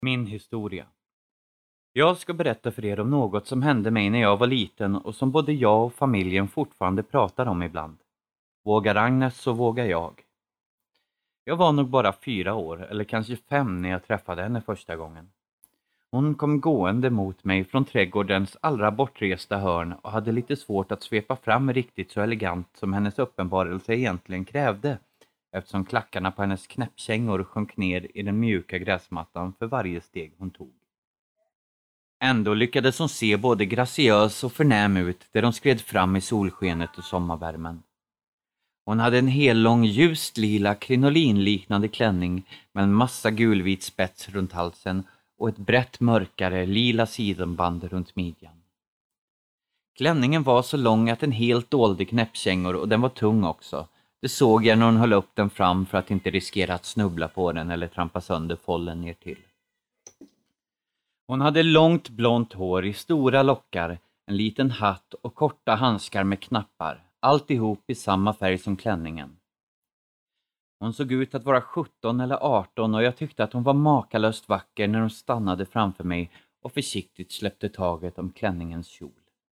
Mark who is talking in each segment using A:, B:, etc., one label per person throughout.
A: Min historia. Jag ska berätta för er om något som hände mig när jag var liten och som både jag och familjen fortfarande pratar om ibland. Vågar Agnes så vågar jag. Jag var nog bara 4 år eller kanske 5 när jag träffade henne första gången. Hon kom gående mot mig från trädgårdens allra bortresta hörn och hade lite svårt att svepa fram riktigt så elegant som hennes uppenbarelse egentligen krävde, eftersom klackarna på hennes knäppkängor sjönk ner i den mjuka gräsmattan för varje steg hon tog. Ändå lyckades hon se både graciös och förnäm ut där hon skred fram i solskenet och sommarvärmen. Hon hade en hellång ljust lila krinolinliknande klänning med en massa gulvit spets runt halsen och ett brett mörkare lila sidenband runt midjan. Klänningen var så lång att den helt dolde knäppkängor och den var tung också. Det såg jag när hon höll upp den fram för att inte riskera att snubbla på den eller trampa sönder follen ner till. Hon hade långt blont hår i stora lockar, en liten hatt och korta handskar med knappar, alltihop i samma färg som klänningen. Hon såg ut att vara 17 eller 18 och jag tyckte att hon var makalöst vacker när hon stannade framför mig och försiktigt släppte taget om klänningens kjol.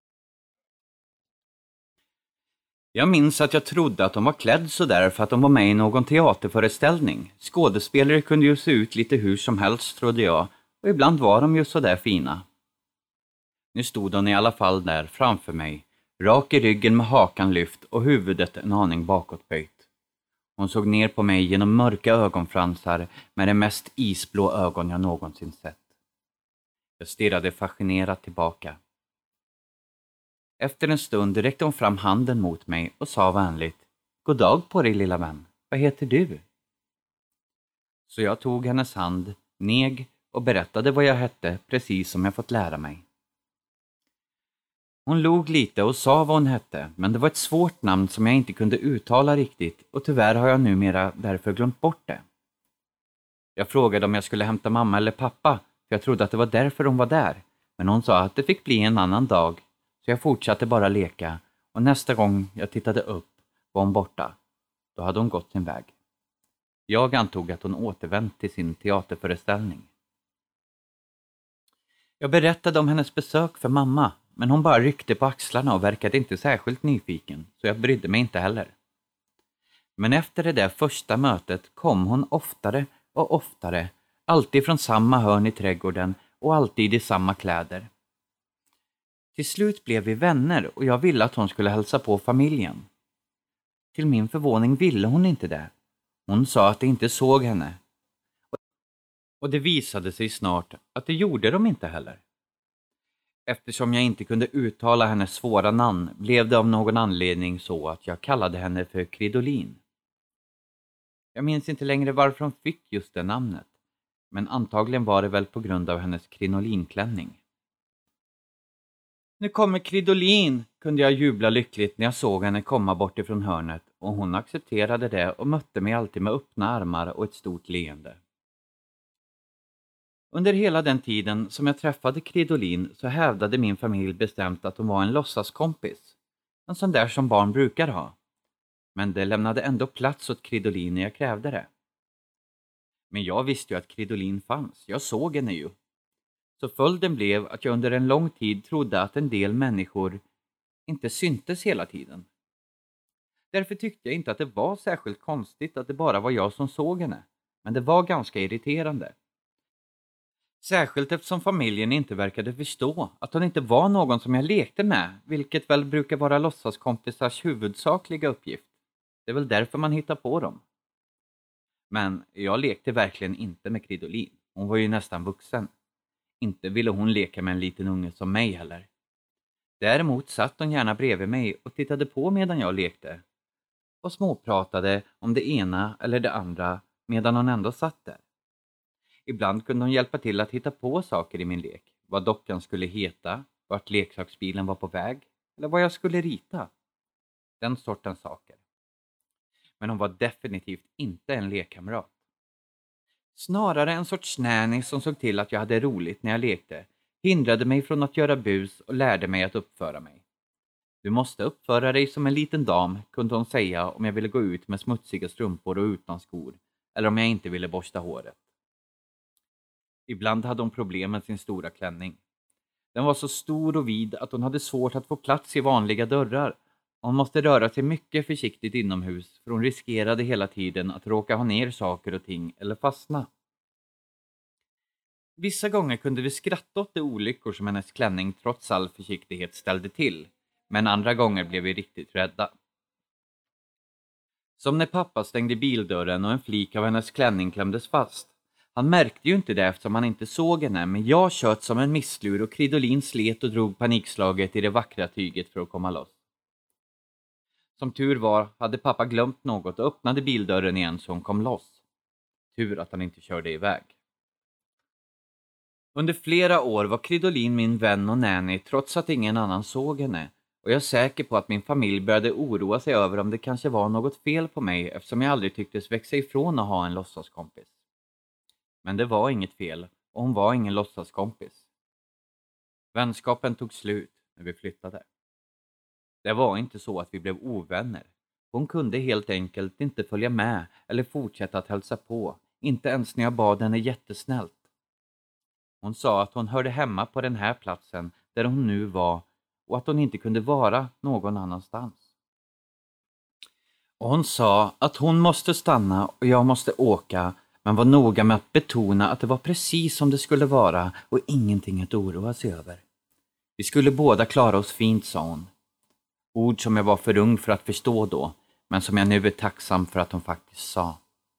A: Jag minns att jag trodde att hon var klädd så där för att hon var med i någon teaterföreställning. Skådespelare kunde ju se ut lite hur som helst, trodde jag. Och ibland var de ju så där fina. Nu stod hon i alla fall där framför mig, rak i ryggen med hakan lyft och huvudet en aning bakåtböjt. Hon såg ner på mig genom mörka ögonfransar med de mest isblå ögon jag någonsin sett. Jag stirrade fascinerat tillbaka. Efter en stund räckte hon fram handen mot mig och sa vänligt: "God dag på dig, lilla vän. Vad heter du?" Så jag tog hennes hand, neg och berättade vad jag hette, precis som jag fått lära mig. Hon log lite och sa vad hon hette, men det var ett svårt namn som jag inte kunde uttala riktigt och tyvärr har jag numera därför glömt bort det. Jag frågade om jag skulle hämta mamma eller pappa, för jag trodde att det var därför de var där, men hon sa att det fick bli en annan dag, så jag fortsatte bara leka och nästa gång jag tittade upp var hon borta. Då hade hon gått sin väg. Jag antog att hon återvänt till sin teaterföreställning. Jag berättade om hennes besök för mamma, men hon bara ryckte på axlarna och verkade inte särskilt nyfiken, så jag brydde mig inte heller. Men efter det där första mötet kom hon oftare och oftare, alltid från samma hörn i trädgården och alltid i samma kläder. Till slut blev vi vänner och jag ville att hon skulle hälsa på familjen. Till min förvåning ville hon inte det. Hon sa att de inte såg henne. Och det visade sig snart att det gjorde de inte heller. Eftersom jag inte kunde uttala hennes svåra namn blev det av någon anledning så att jag kallade henne för Kridolin. Jag minns inte längre varför hon fick just det namnet, men antagligen var det väl på grund av hennes krinolinklänning. "Nu kommer Kridolin", kunde jag jubla lyckligt när jag såg henne komma bort ifrån hörnet och hon accepterade det och mötte mig alltid med öppna armar och ett stort leende. Under hela den tiden som jag träffade Kridolin så hävdade min familj bestämt att hon var en låtsaskompis. En sån där som barn brukar ha. Men det lämnade ändå plats åt Kridolin när jag krävde det. Men jag visste ju att Kridolin fanns. Jag såg henne ju. Så följden blev att jag under en lång tid trodde att en del människor inte syntes hela tiden. Därför tyckte jag inte att det var särskilt konstigt att det bara var jag som såg henne. Men det var ganska irriterande. Särskilt eftersom familjen inte verkade förstå att hon inte var någon som jag lekte med, vilket väl brukar vara låtsaskompisars huvudsakliga uppgift. Det är väl därför man hittar på dem. Men jag lekte verkligen inte med Kridolin. Hon var ju nästan vuxen. Inte ville hon leka med en liten unge som mig heller. Däremot satt hon gärna bredvid mig och tittade på medan jag lekte. Och småpratade om det ena eller det andra medan hon ändå satt där. Ibland kunde hon hjälpa till att hitta på saker i min lek. Vad dockan skulle heta, vart leksaksbilen var på väg eller vad jag skulle rita. Den sortens saker. Men hon var definitivt inte en lekkamrat. Snarare en sorts nanny som såg till att jag hade roligt när jag lekte, hindrade mig från att göra bus och lärde mig att uppföra mig. "Du måste uppföra dig som en liten dam", kunde hon säga om jag ville gå ut med smutsiga strumpor och utan skor, eller om jag inte ville borsta håret. Ibland hade hon problem med sin stora klänning. Den var så stor och vid att hon hade svårt att få plats i vanliga dörrar. Hon måste röra sig mycket försiktigt inomhus för hon riskerade hela tiden att råka ha ner saker och ting eller fastna. Vissa gånger kunde vi skratta åt de olyckor som hennes klänning trots all försiktighet ställde till, men andra gånger blev vi riktigt rädda. Som när pappa stängde bildörren och en flik av hennes klänning klämdes fast. Han märkte ju inte det eftersom han inte såg henne, men jag kött som en misslur och Kridolin slet och drog panikslaget i det vackra tyget för att komma loss. Som tur var hade pappa glömt något och öppnade bildörren igen så hon kom loss. Tur att han inte körde iväg. Under flera år var Kridolin min vän och nanny trots att ingen annan såg henne. Och jag är säker på att min familj började oroa sig över om det kanske var något fel på mig eftersom jag aldrig tycktes växa ifrån att ha en låtsaskompis. Men det var inget fel och hon var ingen låtsaskompis. Vänskapen tog slut när vi flyttade. Det var inte så att vi blev ovänner. Hon kunde helt enkelt inte följa med eller fortsätta att hälsa på, inte ens när jag bad henne jättesnällt. Hon sa att hon hörde hemma på den här platsen där hon nu var och att hon inte kunde vara någon annanstans. Och hon sa att hon måste stanna och jag måste åka, men var noga med att betona att det var precis som det skulle vara och ingenting att oroa sig över. Vi skulle båda klara oss fint, sa hon. Ord som jag var för ung för att förstå då, men som jag nu är tacksam för att hon faktiskt sa.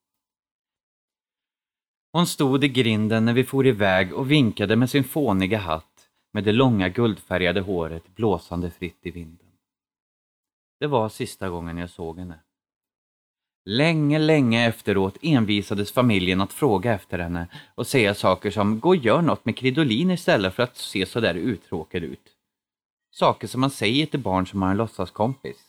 A: Hon stod i grinden när vi for iväg och vinkade med sin fåniga hatt med det långa guldfärgade håret blåsande fritt i vinden. Det var sista gången jag såg henne. Länge efteråt envisades familjen att fråga efter henne och säga saker som gå och gör något med Kridolin istället för att se så där uttråkad ut. Saker som man säger till barn som har en låtsaskompis.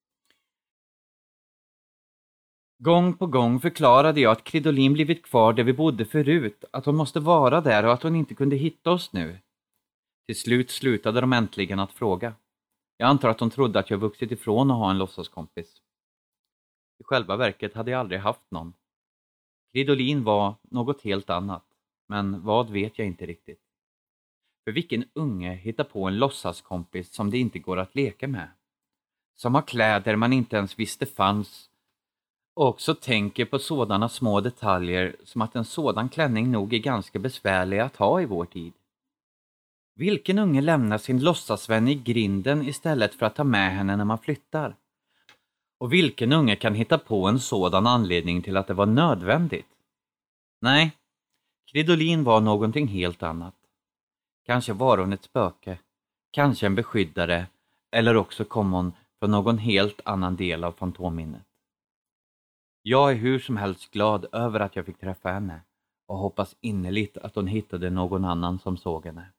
A: Gång på gång förklarade jag att Kridolin blivit kvar där vi bodde förut, att hon måste vara där och att hon inte kunde hitta oss nu. Till slut slutade de äntligen att fråga. Jag antar att de trodde att jag vuxit ifrån att ha en låtsaskompis. I själva verket hade jag aldrig haft någon. Kridolin var något helt annat, men vad vet jag inte riktigt. För vilken unge hittar på en låtsaskompis som det inte går att leka med? Som har kläder man inte ens visste fanns och också tänker på sådana små detaljer som att en sådan klänning nog är ganska besvärlig att ha i vår tid. Vilken unge lämnar sin låtsasvän i grinden istället för att ta med henne när man flyttar? Och vilken unge kan hitta på en sådan anledning till att det var nödvändigt? Nej, Kridolin var någonting helt annat. Kanske var hon ett spöke, kanske en beskyddare, eller också kom hon från någon helt annan del av fantomminnet. Jag är hur som helst glad över att jag fick träffa henne och hoppas innerligt att hon hittade någon annan som såg henne.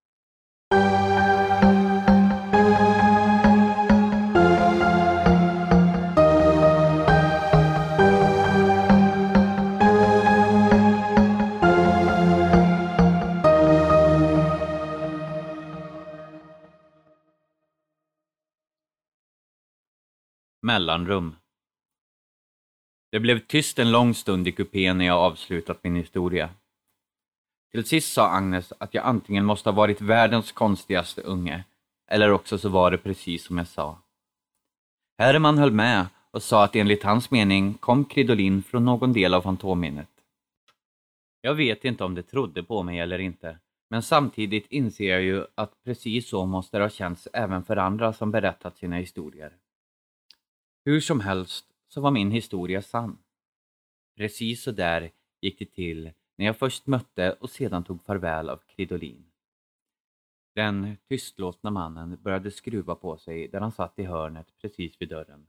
A: Mellanrum. Det blev tyst en lång stund i kupén när jag avslutat min historia. Till sist sa Agnes att jag antingen måste ha varit världens konstigaste unge, eller också så var det precis som jag sa. Herman höll med och sa att enligt hans mening kom Kridolin från någon del av fantomminnet. Jag vet inte om de trodde på mig eller inte, men samtidigt inser jag ju att precis så måste det ha känts även för andra som berättat sina historier. Hur som helst så var min historia sann. Precis så där gick det till när jag först mötte och sedan tog farväl av Kridolin. Den tystlåtna mannen började skruva på sig där han satt i hörnet precis vid dörren.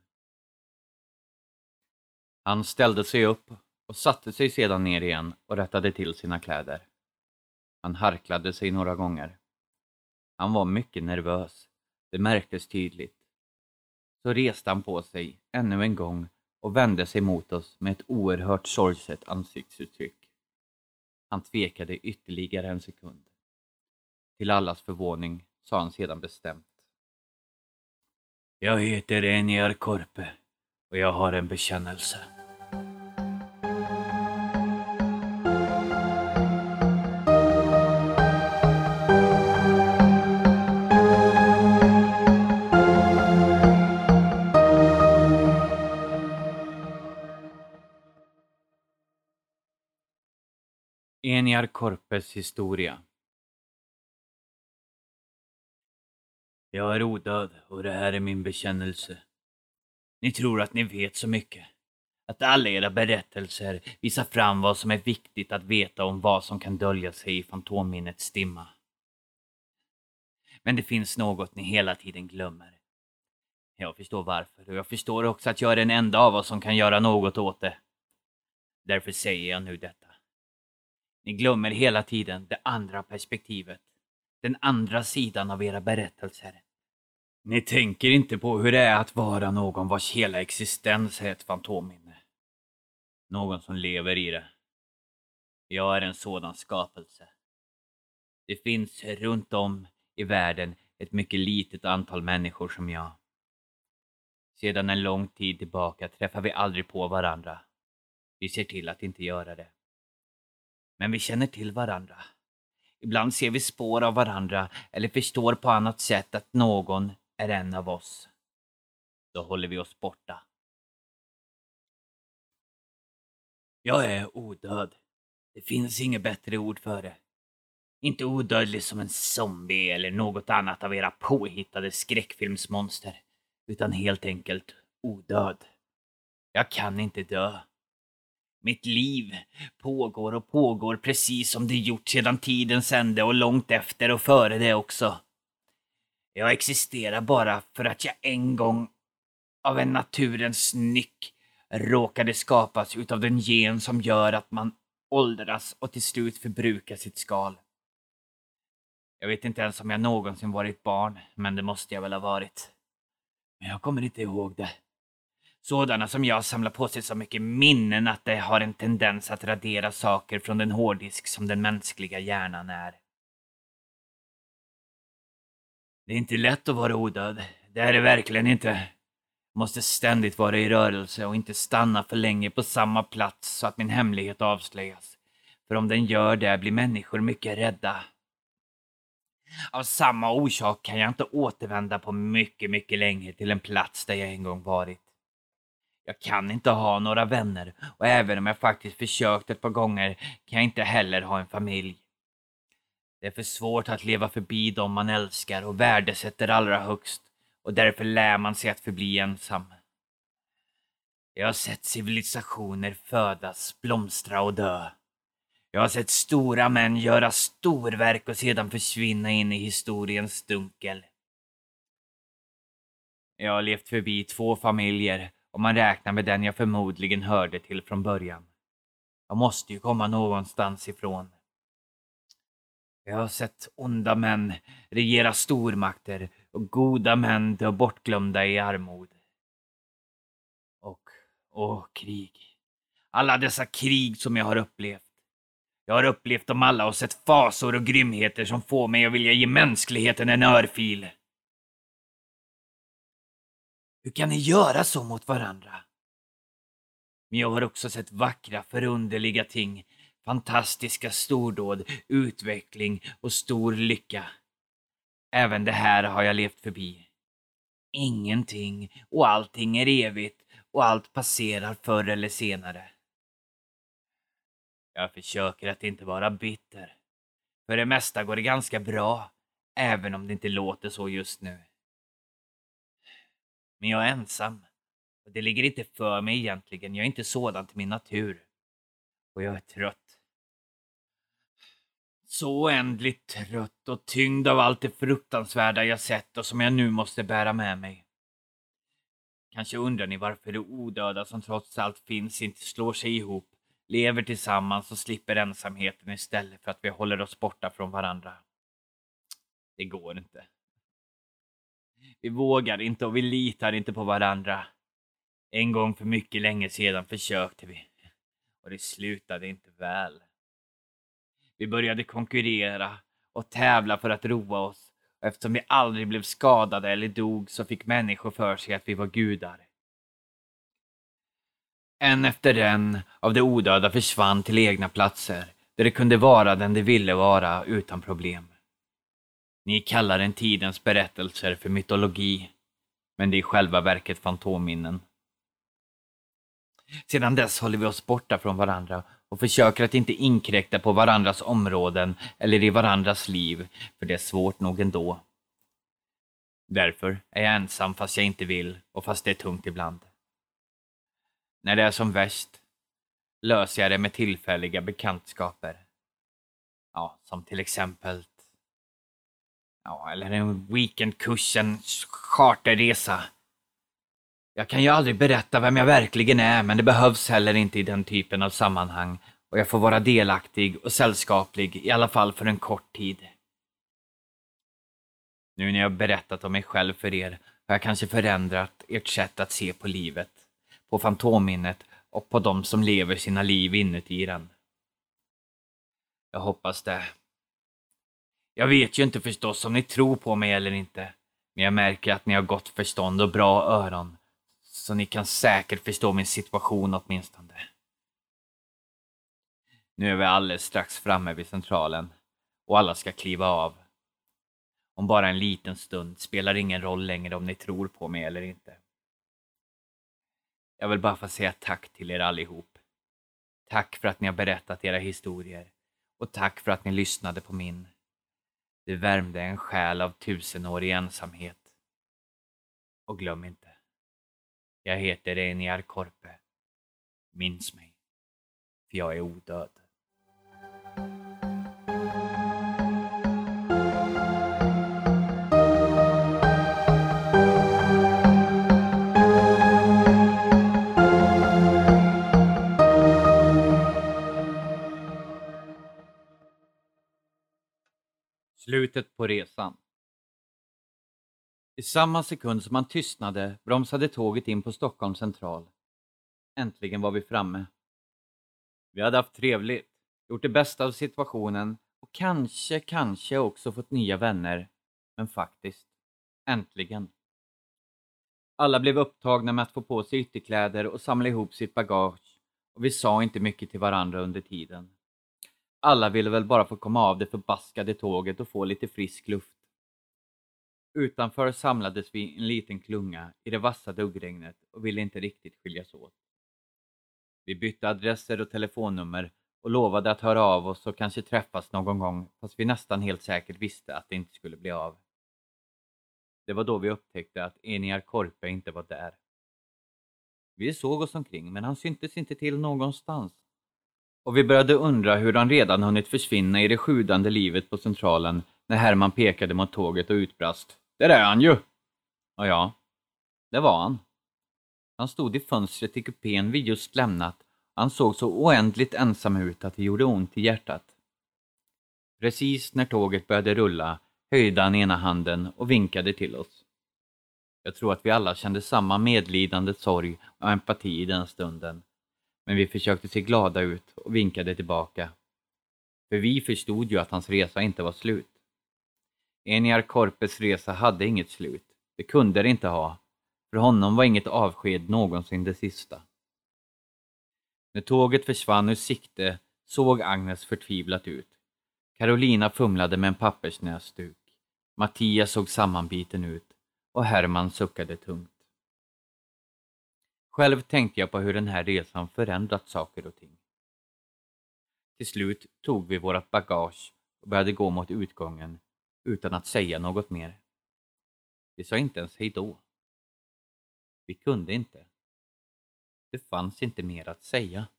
A: Han ställde sig upp och satte sig sedan ner igen och rättade till sina kläder. Han harklade sig några gånger. Han var mycket nervös, det märktes tydligt. Så reste han på sig ännu en gång och vände sig mot oss med ett oerhört sorgset ansiktsuttryck. Han tvekade ytterligare en sekund. Till allas förvåning sa han sedan bestämt. Jag heter Eniar Korpe och jag har en bekännelse. Eniar Korpes historia. Jag är odöd och det här är min bekännelse. Ni tror att ni vet så mycket. Att alla era berättelser visar fram vad som är viktigt att veta om vad som kan dölja sig i fantomminnets dimma. Men det finns något ni hela tiden glömmer. Jag förstår varför och jag förstår också att jag är den enda av oss som kan göra något åt det. Därför säger jag nu detta. Ni glömmer hela tiden det andra perspektivet. Den andra sidan av era berättelser. Ni tänker inte på hur det är att vara någon vars hela existens är ett fantomminne. Någon som lever i det. Jag är en sådan skapelse. Det finns runt om i världen ett mycket litet antal människor som jag. Sedan en lång tid tillbaka träffar vi aldrig på varandra. Vi ser till att inte göra det. Men vi känner till varandra. Ibland ser vi spår av varandra eller förstår på annat sätt att någon är en av oss. Då håller vi oss borta. Jag är odöd. Det finns inget bättre ord för det. Inte odödlig som en zombie eller något annat av era påhittade skräckfilmsmonster. Utan helt enkelt odöd. Jag kan inte dö. Mitt liv pågår och pågår precis som det gjort sedan tidens ände och långt efter och före det också. Jag existerar bara för att jag en gång av en naturens nyck råkade skapas utav den gen som gör att man åldras och till slut förbrukar sitt skal. Jag vet inte ens om jag någonsin varit barn, men det måste jag väl ha varit. Men jag kommer inte ihåg det. Sådana som jag samlar på sig så mycket minnen att det har en tendens att radera saker från den hårddisk som den mänskliga hjärnan är. Det är inte lätt att vara odöd. Det är det verkligen inte. Måste ständigt vara i rörelse och inte stanna för länge på samma plats så att min hemlighet avslöjas. För om den gör det blir människor mycket rädda. Av samma orsak kan jag inte återvända på mycket länge till en plats där jag en gång varit. Jag kan inte ha några vänner och även om jag faktiskt försökt ett par gånger kan jag inte heller ha en familj. Det är för svårt att leva förbi dem man älskar och värdesätter allra högst och därför lär man sig att förbli ensam. Jag har sett civilisationer födas, blomstra och dö. Jag har sett stora män göra storverk och sedan försvinna in i historiens dunkel. Jag har levt förbi 2 familjer om man räknar med den jag förmodligen hörde till från början. Jag måste ju komma någonstans ifrån. Jag har sett onda män regera stormakter och goda män dö bortglömda i armod. Och krig. Alla dessa krig som jag har upplevt. Jag har upplevt dem alla och sett fasor och grymheter som får mig att vilja ge mänskligheten en örfil. Hur kan ni göra så mot varandra? Men jag har också sett vackra, förunderliga ting, fantastiska stordåd, utveckling och stor lycka. Även det här har jag levt förbi. Ingenting och allting är evigt och allt passerar förr eller senare. Jag försöker att inte vara bitter. För det mesta går det ganska bra, även om det inte låter så just nu. Men jag är ensam. Och det ligger inte för mig egentligen. Jag är inte sådan till min natur. Och jag är trött. Så oändligt trött och tyngd av allt det fruktansvärda jag sett och som jag nu måste bära med mig. Kanske undrar ni varför de odöda som trots allt finns inte slår sig ihop, lever tillsammans och slipper ensamheten istället för att vi håller oss borta från varandra. Det går inte. Vi vågar inte och vi litar inte på varandra. En gång för mycket länge sedan försökte vi. Och det slutade inte väl. Vi började konkurrera och tävla för att roa oss. Och eftersom vi aldrig blev skadade eller dog så fick människor för sig att vi var gudar. En efter en av de odöda försvann till egna platser. Där det kunde vara den de ville vara utan problem. Ni kallar den tidens berättelser för mytologi. Men det är i själva verket fantomminnen. Sedan dess håller vi oss borta från varandra och försöker att inte inkräkta på varandras områden eller i varandras liv, för det är svårt nog ändå. Därför är jag ensam fast jag inte vill och fast det är tungt ibland. När det är som värst löser jag det med tillfälliga bekantskaper. Ja, som till exempel eller en weekendkurs, en charterresa. Jag kan ju aldrig berätta vem jag verkligen är, men det behövs heller inte i den typen av sammanhang, och jag får vara delaktig och sällskaplig, i alla fall för en kort tid. Nu när jag berättat om mig själv för er har jag kanske förändrat ert sätt att se på livet, på fantomminnet och på de som lever sina liv inuti den. Jag hoppas det. Jag vet ju inte förstås om ni tror på mig eller inte, men jag märker att ni har gott förstånd och bra öron, så ni kan säkert förstå min situation åtminstone. Nu är vi alldeles strax framme vid centralen och alla ska kliva av. Om bara en liten stund spelar ingen roll längre om ni tror på mig eller inte. Jag vill bara få säga tack till er allihop. Tack för att ni har berättat era historier och tack för att ni lyssnade på min. Det värmde en själ av 1000-årig ensamhet. Och glöm inte, jag heter Eniar Korpe. Minns mig, för jag är odöd. Slutet på resan. I samma sekund som man tystnade bromsade tåget in på Stockholms central. Äntligen var vi framme. Vi hade haft trevligt, gjort det bästa av situationen och kanske också fått nya vänner. Men faktiskt, äntligen. Alla blev upptagna med att få på sig ytterkläder och samla ihop sitt bagage, och vi sa inte mycket till varandra under tiden. Alla ville väl bara få komma av det förbaskade tåget och få lite frisk luft. Utanför samlades vi en liten klunga i det vassa duggregnet och ville inte riktigt skiljas åt. Vi bytte adresser och telefonnummer och lovade att höra av oss och kanske träffas någon gång, fast vi nästan helt säkert visste att det inte skulle bli av. Det var då vi upptäckte att Eniar Korpe inte var där. Vi såg oss omkring, men han syntes inte till någonstans. Och vi började undra hur han redan hunnit försvinna i det sjudande livet på centralen när Herman pekade mot tåget och utbrast. Där är han ju! Och ja, det var han. Han stod i fönstret i kupén vi just lämnat. Han såg så oändligt ensam ut att det gjorde ont i hjärtat. Precis när tåget började rulla höjde han ena handen och vinkade till oss. Jag tror att vi alla kände samma medlidande sorg och empati i den stunden. Men vi försökte se glada ut och vinkade tillbaka. För vi förstod ju att hans resa inte var slut. Eniar Korpes resa hade inget slut. Det kunde det inte ha. För honom var inget avsked någonsin det sista. När tåget försvann ur sikte såg Agnes förtvivlat ut. Carolina fumlade med en pappersnäsduk. Mattias såg sammanbiten ut och Herman suckade tungt. Själv tänkte jag på hur den här resan förändrat saker och ting. Till slut tog vi vårat bagage och började gå mot utgången utan att säga något mer. Vi sa inte ens hej då. Vi kunde inte. Det fanns inte mer att säga.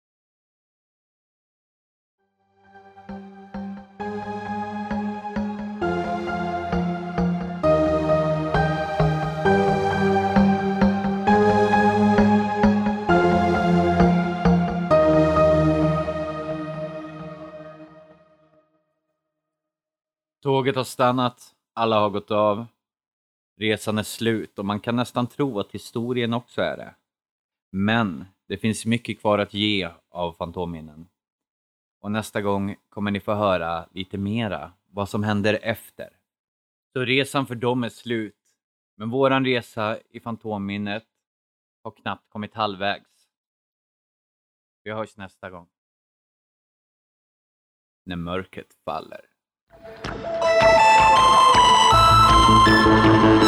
A: Tåget har stannat, alla har gått av. Resan är slut och man kan nästan tro att historien också är det. Men det finns mycket kvar att ge av fantomminnen. Och nästa gång kommer ni få höra lite mera vad som händer efter. Så resan för dem är slut. Men våran resa i fantomminnet har knappt kommit halvvägs. Vi hörs nästa gång. När mörkret faller.